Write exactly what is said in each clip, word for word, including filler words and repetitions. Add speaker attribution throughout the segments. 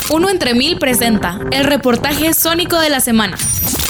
Speaker 1: Uno entre mil presenta el reportaje sónico de la semana.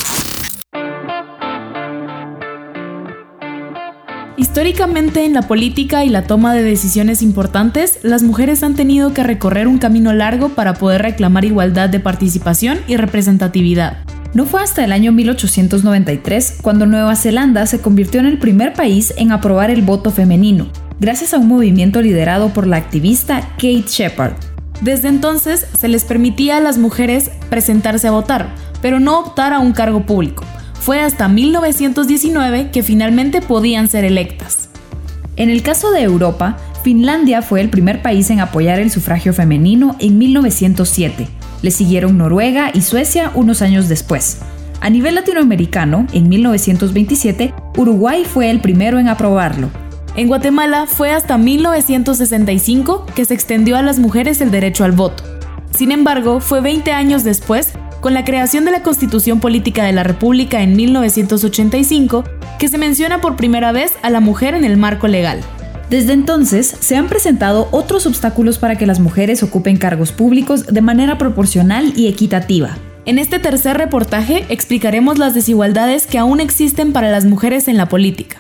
Speaker 1: Históricamente, en la política y la toma de decisiones importantes, las mujeres han tenido que recorrer un camino largo para poder reclamar igualdad de participación y representatividad.
Speaker 2: No fue hasta el año mil ochocientos noventa y tres cuando Nueva Zelanda se convirtió en el primer país en aprobar el voto femenino, gracias a un movimiento liderado por la activista Kate Sheppard.
Speaker 1: Desde entonces se les permitía a las mujeres presentarse a votar, pero no optar a un cargo público. Fue hasta mil novecientos diecinueve que finalmente podían ser electas.
Speaker 2: En el caso de Europa, Finlandia fue el primer país en apoyar el sufragio femenino en mil novecientos siete. Le siguieron Noruega y Suecia unos años después. A nivel latinoamericano, en mil novecientos veintisiete, Uruguay fue el primero en aprobarlo.
Speaker 1: En Guatemala fue hasta mil novecientos sesenta y cinco que se extendió a las mujeres el derecho al voto. Sin embargo, fue veinte años después, con la creación de la Constitución Política de la República en mil novecientos ochenta y cinco, que se menciona por primera vez a la mujer en el marco legal.
Speaker 2: Desde entonces, se han presentado otros obstáculos para que las mujeres ocupen cargos públicos de manera proporcional y equitativa.
Speaker 1: En este tercer reportaje explicaremos las desigualdades que aún existen para las mujeres en la política.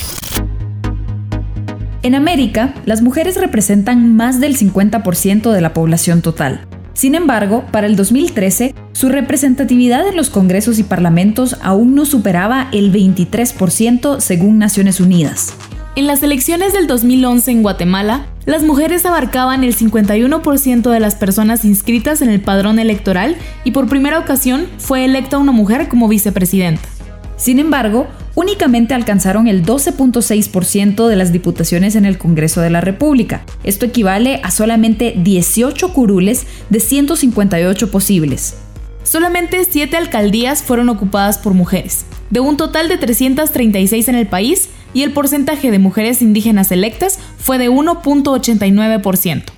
Speaker 2: En América, las mujeres representan más del cincuenta por ciento de la población total. Sin embargo, para el dos mil trece, su representatividad en los congresos y parlamentos aún no superaba el veintitrés por ciento según Naciones Unidas.
Speaker 1: En las elecciones del dos mil once en Guatemala, las mujeres abarcaban el cincuenta y uno por ciento de las personas inscritas en el padrón electoral y por primera ocasión fue electa una mujer como vicepresidenta.
Speaker 2: Sin embargo, únicamente alcanzaron el doce punto seis por ciento de las diputaciones en el Congreso de la República. Esto equivale a solamente dieciocho curules de ciento cincuenta y ocho posibles.
Speaker 1: Solamente siete alcaldías fueron ocupadas por mujeres, de un total de trescientas treinta y seis en el país, y el porcentaje de mujeres indígenas electas fue de uno punto ochenta y nueve por ciento.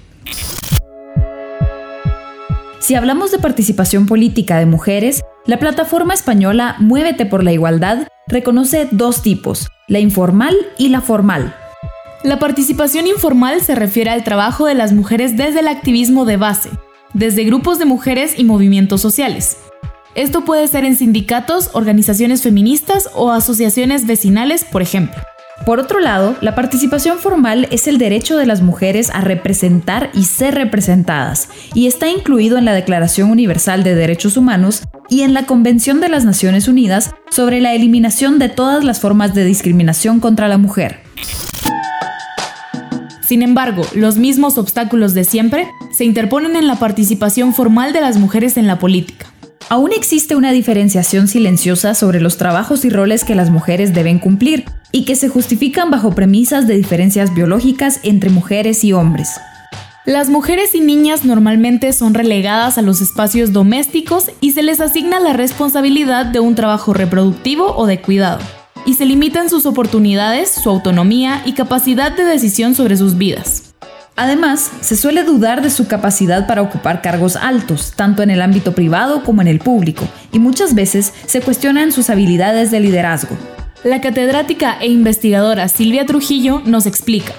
Speaker 2: Si hablamos de participación política de mujeres, la plataforma española Muévete por la Igualdad reconoce dos tipos, la informal y la formal.
Speaker 1: La participación informal se refiere al trabajo de las mujeres desde el activismo de base, desde grupos de mujeres y movimientos sociales. Esto puede ser en sindicatos, organizaciones feministas o asociaciones vecinales, por ejemplo.
Speaker 2: Por otro lado, la participación formal es el derecho de las mujeres a representar y ser representadas, y está incluido en la Declaración Universal de Derechos Humanos y en la Convención de las Naciones Unidas sobre la eliminación de todas las formas de discriminación contra la mujer.
Speaker 1: Sin embargo, los mismos obstáculos de siempre se interponen en la participación formal de las mujeres en la política.
Speaker 2: Aún existe una diferenciación silenciosa sobre los trabajos y roles que las mujeres deben cumplir y que se justifican bajo premisas de diferencias biológicas entre mujeres y hombres.
Speaker 1: Las mujeres y niñas normalmente son relegadas a los espacios domésticos y se les asigna la responsabilidad de un trabajo reproductivo o de cuidado, y se limitan sus oportunidades, su autonomía y capacidad de decisión sobre sus vidas.
Speaker 2: Además, se suele dudar de su capacidad para ocupar cargos altos, tanto en el ámbito privado como en el público, y muchas veces se cuestionan sus habilidades de liderazgo.
Speaker 1: La catedrática e investigadora Silvia Trujillo nos explica.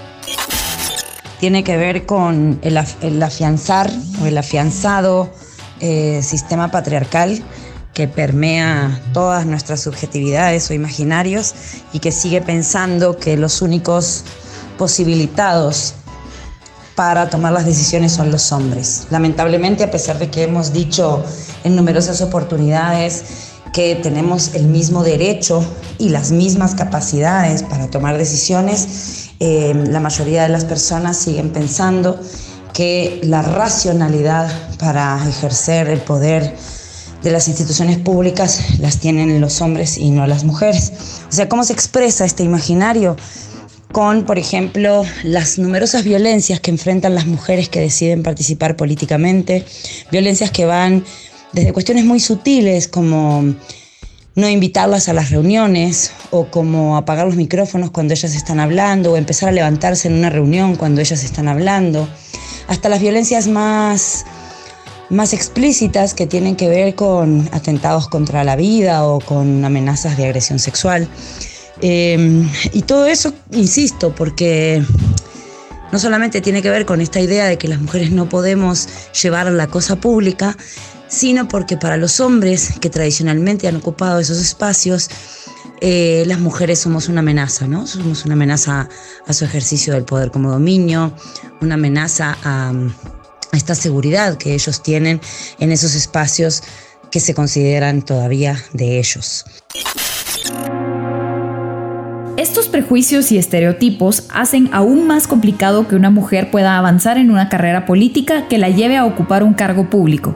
Speaker 3: Tiene que ver con el, af- el afianzar o el afianzado eh, sistema patriarcal que permea todas nuestras subjetividades o imaginarios y que sigue pensando que los únicos posibilitados para tomar las decisiones son los hombres. Lamentablemente, a pesar de que hemos dicho en numerosas oportunidades que tenemos el mismo derecho y las mismas capacidades para tomar decisiones, eh, la mayoría de las personas siguen pensando que la racionalidad para ejercer el poder de las instituciones públicas las tienen los hombres y no las mujeres. O sea, ¿cómo se expresa este imaginario? Con, por ejemplo, las numerosas violencias que enfrentan las mujeres que deciden participar políticamente, violencias que van desde cuestiones muy sutiles como no invitarlas a las reuniones o como apagar los micrófonos cuando ellas están hablando o empezar a levantarse en una reunión cuando ellas están hablando, hasta las violencias más, más explícitas que tienen que ver con atentados contra la vida o con amenazas de agresión sexual. Eh, y todo eso, insisto, porque no solamente tiene que ver con esta idea de que las mujeres no podemos llevar la cosa pública, sino porque para los hombres que tradicionalmente han ocupado esos espacios, eh, las mujeres somos una amenaza, ¿no? Somos una amenaza a su ejercicio del poder como dominio, una amenaza a, a esta seguridad que ellos tienen en esos espacios que se consideran todavía de ellos.
Speaker 2: Estos prejuicios y estereotipos hacen aún más complicado que una mujer pueda avanzar en una carrera política que la lleve a ocupar un cargo público.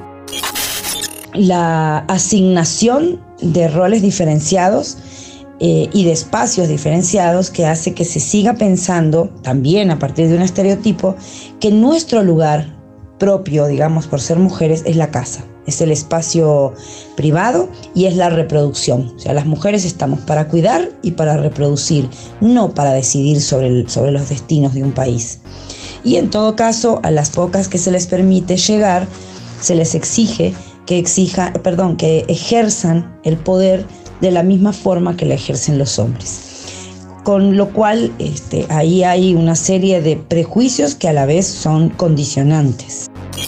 Speaker 3: La asignación de roles diferenciados eh, y de espacios diferenciados que hace que se siga pensando, también a partir de un estereotipo, que nuestro lugar propio, digamos, por ser mujeres, es la casa. Es el espacio privado y es la reproducción. O sea, las mujeres estamos para cuidar y para reproducir, no para decidir sobre, el, sobre los destinos de un país. Y en todo caso, a las pocas que se les permite llegar, se les exige que, exija, perdón, que ejerzan el poder de la misma forma que lo ejercen los hombres. Con lo cual, este, ahí hay una serie de prejuicios que a la vez son condicionantes.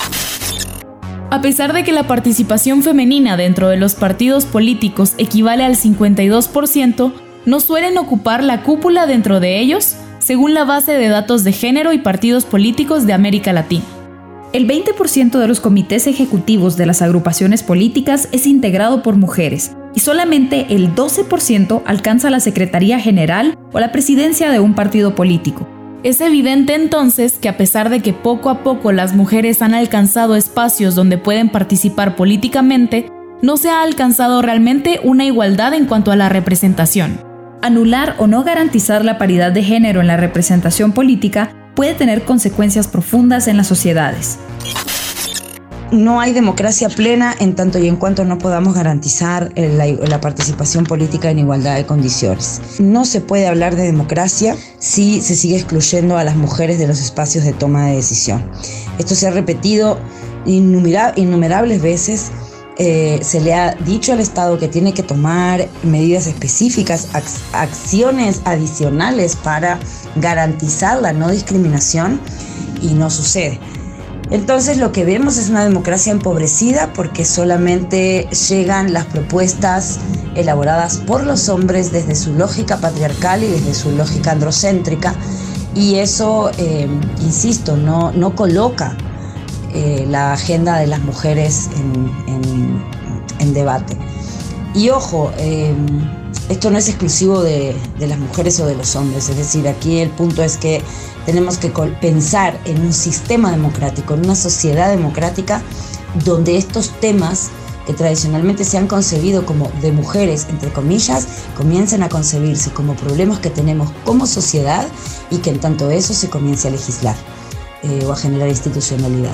Speaker 1: A pesar de que la participación femenina dentro de los partidos políticos equivale al cincuenta y dos por ciento, no suelen ocupar la cúpula dentro de ellos, según la base de datos de género y partidos políticos de América Latina.
Speaker 2: El veinte por ciento de los comités ejecutivos de las agrupaciones políticas es integrado por mujeres y solamente el doce por ciento alcanza la Secretaría General o la presidencia de un partido político.
Speaker 1: Es evidente entonces que a pesar de que poco a poco las mujeres han alcanzado espacios donde pueden participar políticamente, no se ha alcanzado realmente una igualdad en cuanto a la representación.
Speaker 2: Anular o no garantizar la paridad de género en la representación política puede tener consecuencias profundas en las sociedades.
Speaker 3: No hay democracia plena en tanto y en cuanto no podamos garantizar la, la participación política en igualdad de condiciones. No se puede hablar de democracia si se sigue excluyendo a las mujeres de los espacios de toma de decisión. Esto se ha repetido innumera, innumerables veces. Eh, se le ha dicho al Estado que tiene que tomar medidas específicas, ac- acciones adicionales para garantizar la no discriminación y no sucede. Entonces lo que vemos es una democracia empobrecida porque solamente llegan las propuestas elaboradas por los hombres desde su lógica patriarcal y desde su lógica androcéntrica, y eso, eh, insisto, no, no coloca eh, la agenda de las mujeres en, en, en debate. Y ojo, eh, esto no es exclusivo de, de las mujeres o de los hombres, es decir, aquí el punto es que tenemos que pensar en un sistema democrático, en una sociedad democrática donde estos temas que tradicionalmente se han concebido como de mujeres, entre comillas, comiencen a concebirse como problemas que tenemos como sociedad y que en tanto eso se comience a legislar eh, o a generar institucionalidad.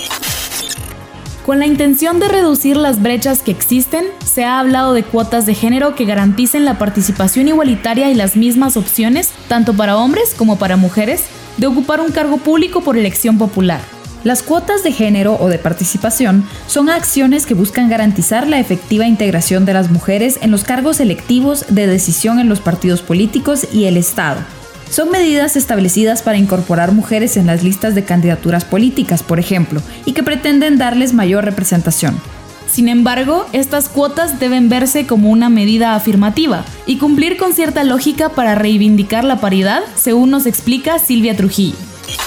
Speaker 1: Con la intención de reducir las brechas que existen, se ha hablado de cuotas de género que garanticen la participación igualitaria y las mismas opciones, tanto para hombres como para mujeres, de ocupar un cargo público por elección popular.
Speaker 2: Las cuotas de género o de participación son acciones que buscan garantizar la efectiva integración de las mujeres en los cargos electivos de decisión en los partidos políticos y el Estado. Son medidas establecidas para incorporar mujeres en las listas de candidaturas políticas, por ejemplo, y que pretenden darles mayor representación.
Speaker 1: Sin embargo, estas cuotas deben verse como una medida afirmativa y cumplir con cierta lógica para reivindicar la paridad, según nos explica Silvia Trujillo.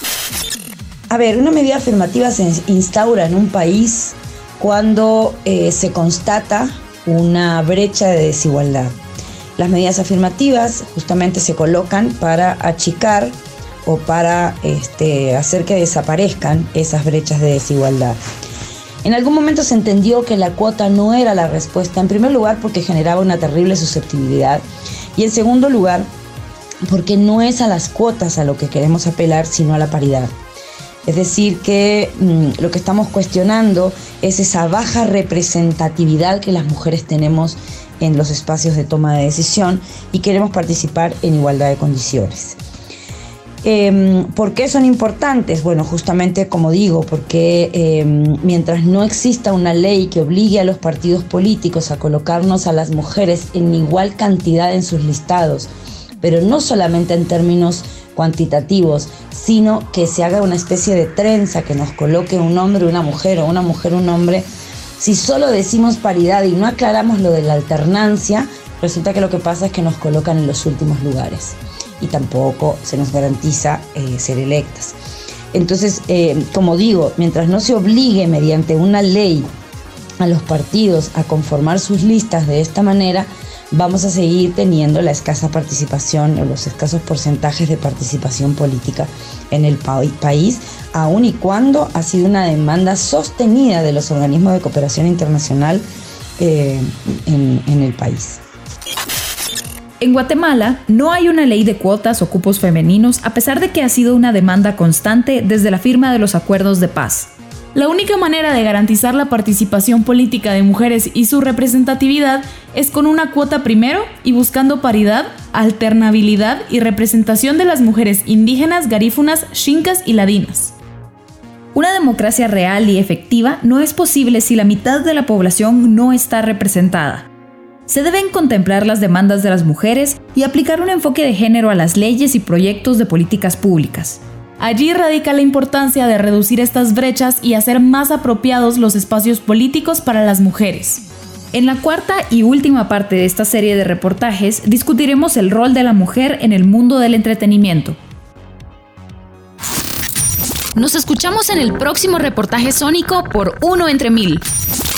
Speaker 3: A ver, una medida afirmativa se instaura en un país cuando eh, se constata una brecha de desigualdad. Las medidas afirmativas justamente se colocan para achicar o para este, hacer que desaparezcan esas brechas de desigualdad. En algún momento se entendió que la cuota no era la respuesta, en primer lugar porque generaba una terrible susceptibilidad y en segundo lugar porque no es a las cuotas a lo que queremos apelar, sino a la paridad. Es decir, que mmm, lo que estamos cuestionando es esa baja representatividad que las mujeres tenemos en los espacios de toma de decisión y queremos participar en igualdad de condiciones. Eh, ¿Por qué son importantes? Bueno, justamente como digo, porque eh, mientras no exista una ley que obligue a los partidos políticos a colocarnos a las mujeres en igual cantidad en sus listados, pero no solamente en términos cuantitativos, sino que se haga una especie de trenza que nos coloque un hombre, una mujer o una mujer, un hombre. Si solo decimos paridad y no aclaramos lo de la alternancia, resulta que lo que pasa es que nos colocan en los últimos lugares y tampoco se nos garantiza eh, ser electas. Entonces, eh, como digo, mientras no se obligue mediante una ley a los partidos a conformar sus listas de esta manera, vamos a seguir teniendo la escasa participación o los escasos porcentajes de participación política en el pa- país, aun y cuando ha sido una demanda sostenida de los organismos de cooperación internacional eh, en, en el país.
Speaker 2: En Guatemala no hay una ley de cuotas o cupos femeninos, a pesar de que ha sido una demanda constante desde la firma de los acuerdos de paz.
Speaker 1: La única manera de garantizar la participación política de mujeres y su representatividad es con una cuota primero y buscando paridad, alternabilidad y representación de las mujeres indígenas, garífunas, xincas y ladinas.
Speaker 2: Una democracia real y efectiva no es posible si la mitad de la población no está representada. Se deben contemplar las demandas de las mujeres y aplicar un enfoque de género a las leyes y proyectos de políticas públicas.
Speaker 1: Allí radica la importancia de reducir estas brechas y hacer más apropiados los espacios políticos para las mujeres.
Speaker 2: En la cuarta y última parte de esta serie de reportajes discutiremos el rol de la mujer en el mundo del entretenimiento.
Speaker 4: Nos escuchamos en el próximo reportaje sónico por Uno Entre Mil.